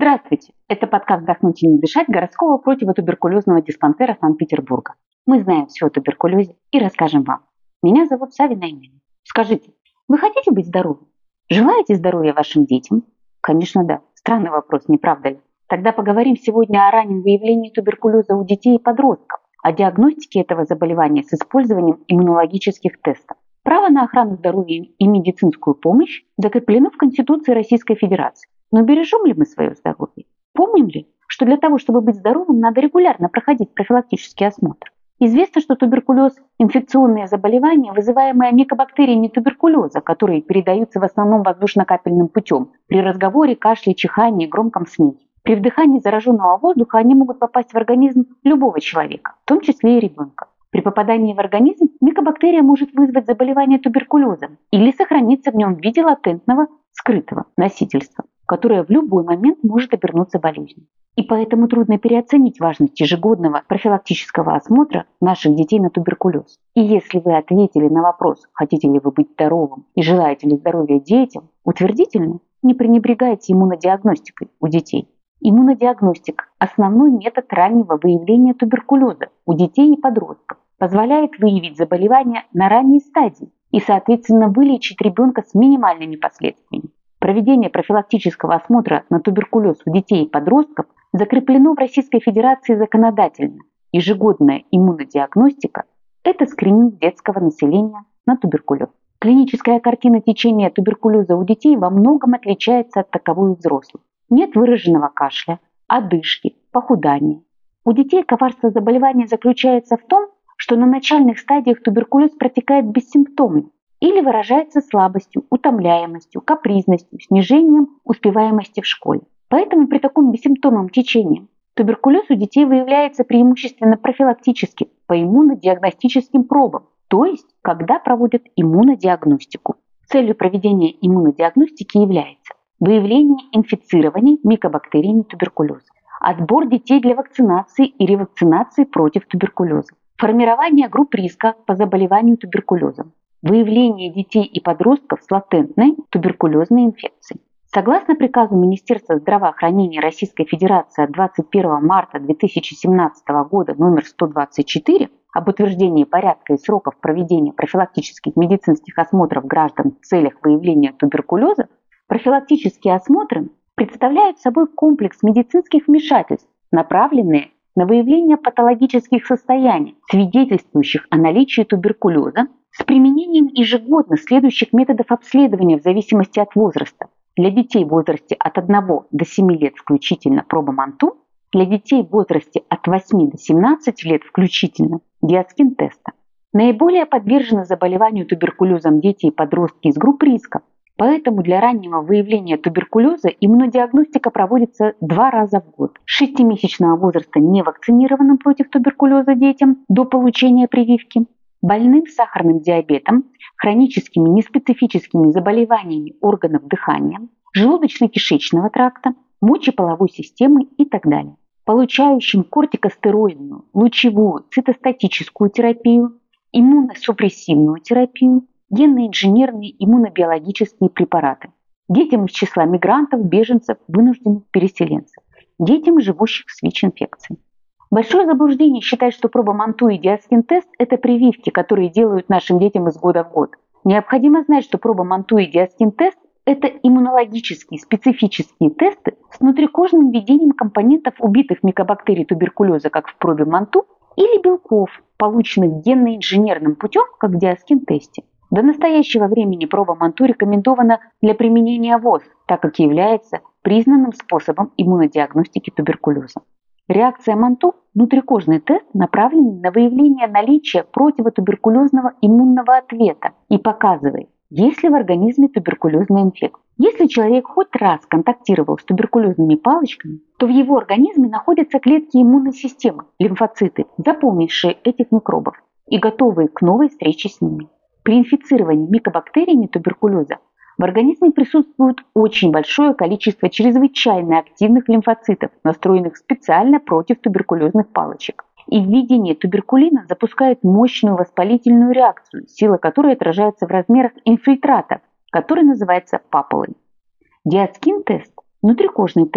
Здравствуйте! Это подкаст «Вдохнуть и не дышать» городского противотуберкулезного диспансера Санкт-Петербурга. Мы знаем все о туберкулезе и расскажем вам. Меня зовут Савина Эмилия. Скажите, вы хотите быть здоровым? Желаете здоровья вашим детям? Конечно, да. Странный вопрос, не правда ли? Тогда поговорим сегодня о раннем выявлении туберкулеза у детей и подростков, о диагностике этого заболевания с использованием иммунологических тестов. Право на охрану здоровья и медицинскую помощь закреплено в Конституции Российской Федерации. Но бережем ли мы свое здоровье? Помним ли, что для того, чтобы быть здоровым, надо регулярно проходить профилактический осмотр? Известно, что туберкулез – инфекционное заболевание, вызываемое микобактериями туберкулеза, которые передаются в основном воздушно-капельным путем при разговоре, кашле, чихании, громком смехе. При вдыхании зараженного воздуха они могут попасть в организм любого человека, в том числе и ребенка. При попадании в организм микобактерия может вызвать заболевание туберкулезом или сохраниться в нем в виде латентного, скрытого носительства, которое в любой момент может обернуться болезнью. И поэтому трудно переоценить важность ежегодного профилактического осмотра наших детей на туберкулез. И если вы ответили на вопрос, хотите ли вы быть здоровым и желаете ли здоровья детям, утвердительно, не пренебрегайте иммунодиагностикой у детей. Иммунодиагностика – основной метод раннего выявления туберкулеза у детей и подростков, позволяет выявить заболевание на ранней стадии и, соответственно, вылечить ребенка с минимальными последствиями. Проведение профилактического осмотра на туберкулез у детей и подростков закреплено в Российской Федерации законодательно. Ежегодная иммунодиагностика – это скрининг детского населения на туберкулез. Клиническая картина течения туберкулеза у детей во многом отличается от таковой у взрослых. Нет выраженного кашля, одышки, похудания. У детей коварство заболевания заключается в том, что на начальных стадиях туберкулез протекает бессимптомно или выражается слабостью, утомляемостью, капризностью, снижением успеваемости в школе. Поэтому при таком бессимптомном течении туберкулез у детей выявляется преимущественно профилактически по иммунодиагностическим пробам, то есть когда проводят иммунодиагностику. Целью проведения иммунодиагностики является выявление инфицирований микобактериями туберкулеза, отбор детей для вакцинации и ревакцинации против туберкулеза, формирование групп риска по заболеванию туберкулезом, выявление детей и подростков с латентной туберкулезной инфекцией. Согласно приказу Министерства здравоохранения Российской Федерации от 21 марта 2017 года номер 124 об утверждении порядка и сроков проведения профилактических медицинских осмотров граждан в целях выявления туберкулеза, профилактические осмотры представляют собой комплекс медицинских вмешательств, направленные на выявление патологических состояний, свидетельствующих о наличии туберкулеза, с применением ежегодно следующих методов обследования в зависимости от возраста. Для детей в возрасте от 1 до 7 лет включительно проба МАНТУ, для детей в возрасте от 8 до 17 лет включительно диаскин-теста. Наиболее подвержены заболеванию туберкулезом дети и подростки из групп риска. Поэтому для раннего выявления туберкулеза иммунодиагностика проводится 2 раза в год. С 6-месячного возраста невакцинированным против туберкулеза детям до получения прививки, больным с сахарным диабетом, хроническими неспецифическими заболеваниями органов дыхания, желудочно-кишечного тракта, мочеполовой системы и так далее, получающим кортикостероидную, лучевую, цитостатическую терапию, иммуносупрессивную терапию, генно-инженерные иммунобиологические препараты, детям из числа мигрантов, беженцев, вынужденных переселенцев, детям, живущих с ВИЧ-инфекцией. Большое заблуждение считать, что проба МАНТУ и диаскин-тест – это прививки, которые делают нашим детям из года в год. Необходимо знать, что проба МАНТУ и диаскин-тест – это иммунологические специфические тесты с внутрикожным введением компонентов убитых микобактерий туберкулеза, как в пробе МАНТУ, или белков, полученных генно-инженерным путем, как в диаскин-тесте. До настоящего времени проба МАНТУ рекомендована для применения ВОЗ, так как является признанным способом иммунодиагностики туберкулеза. Реакция МАНТУ – внутрикожный тест, направленный на выявление наличия противотуберкулезного иммунного ответа и показывает, есть ли в организме туберкулезная инфекция. Если человек хоть раз контактировал с туберкулезными палочками, то в его организме находятся клетки иммунной системы, лимфоциты, запомнившие этих микробов и готовые к новой встрече с ними. При инфицировании микобактериями туберкулеза в организме присутствует очень большое количество чрезвычайно активных лимфоцитов, настроенных специально против туберкулезных палочек. И введение туберкулина запускает мощную воспалительную реакцию, сила которой отражается в размерах инфильтрата, который называется папулой. Диаскин-тест – внутрикожный тест,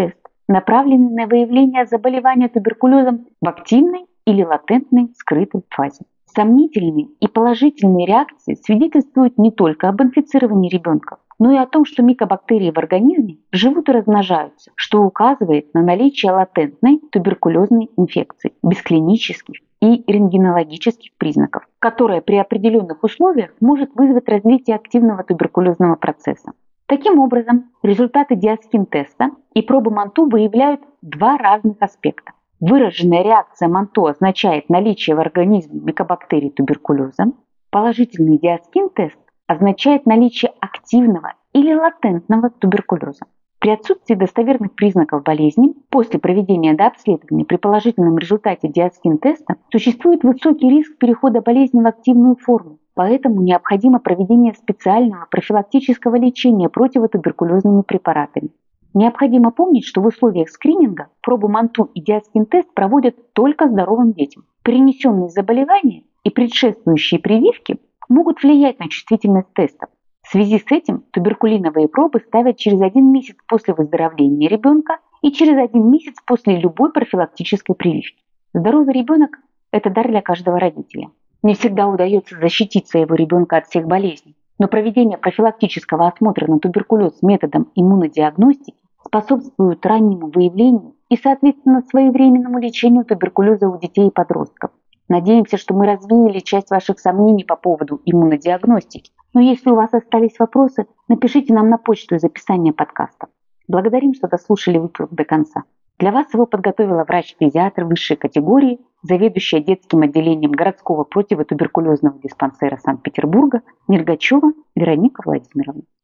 направленный на выявление заболевания туберкулезом в активной или латентной скрытой фазе. Сомнительные и положительные реакции свидетельствуют не только об инфицировании ребенка, но и о том, что микобактерии в организме живут и размножаются, что указывает на наличие латентной туберкулезной инфекции без клинических и рентгенологических признаков, которая при определенных условиях может вызвать развитие активного туберкулезного процесса. Таким образом, результаты диаскин-теста и пробы МАНТО выявляют два разных аспекта. Выраженная реакция МАНТО означает наличие в организме микобактерий туберкулеза. Положительный диаскин-тест означает наличие активного или латентного туберкулеза. При отсутствии достоверных признаков болезни после проведения дообследования при положительном результате диаскин-теста существует высокий риск перехода болезни в активную форму. Поэтому необходимо проведение специального профилактического лечения противотуберкулезными препаратами. Необходимо помнить, что в условиях скрининга пробу МАНТО и диаскин-тест проводят только здоровым детям. Перенесенные заболевания и предшествующие прививки могут влиять на чувствительность тестов. В связи с этим туберкулиновые пробы ставят через 1 месяц после выздоровления ребенка и через 1 месяц после любой профилактической прививки. Здоровый ребенок – это дар для каждого родителя. Не всегда удается защитить своего ребенка от всех болезней, но проведение профилактического осмотра на туберкулез методом иммунодиагностики способствует раннему выявлению и, соответственно, своевременному лечению туберкулеза у детей и подростков. Надеемся, что мы развеяли часть ваших сомнений по поводу иммунодиагностики. Но если у вас остались вопросы, напишите нам на почту из описания подкаста. Благодарим, что дослушали выпуск до конца. Для вас его подготовила врач-педиатр высшей категории, заведующая детским отделением городского противотуберкулезного диспансера Санкт-Петербурга Нергачева Вероника Владимировна.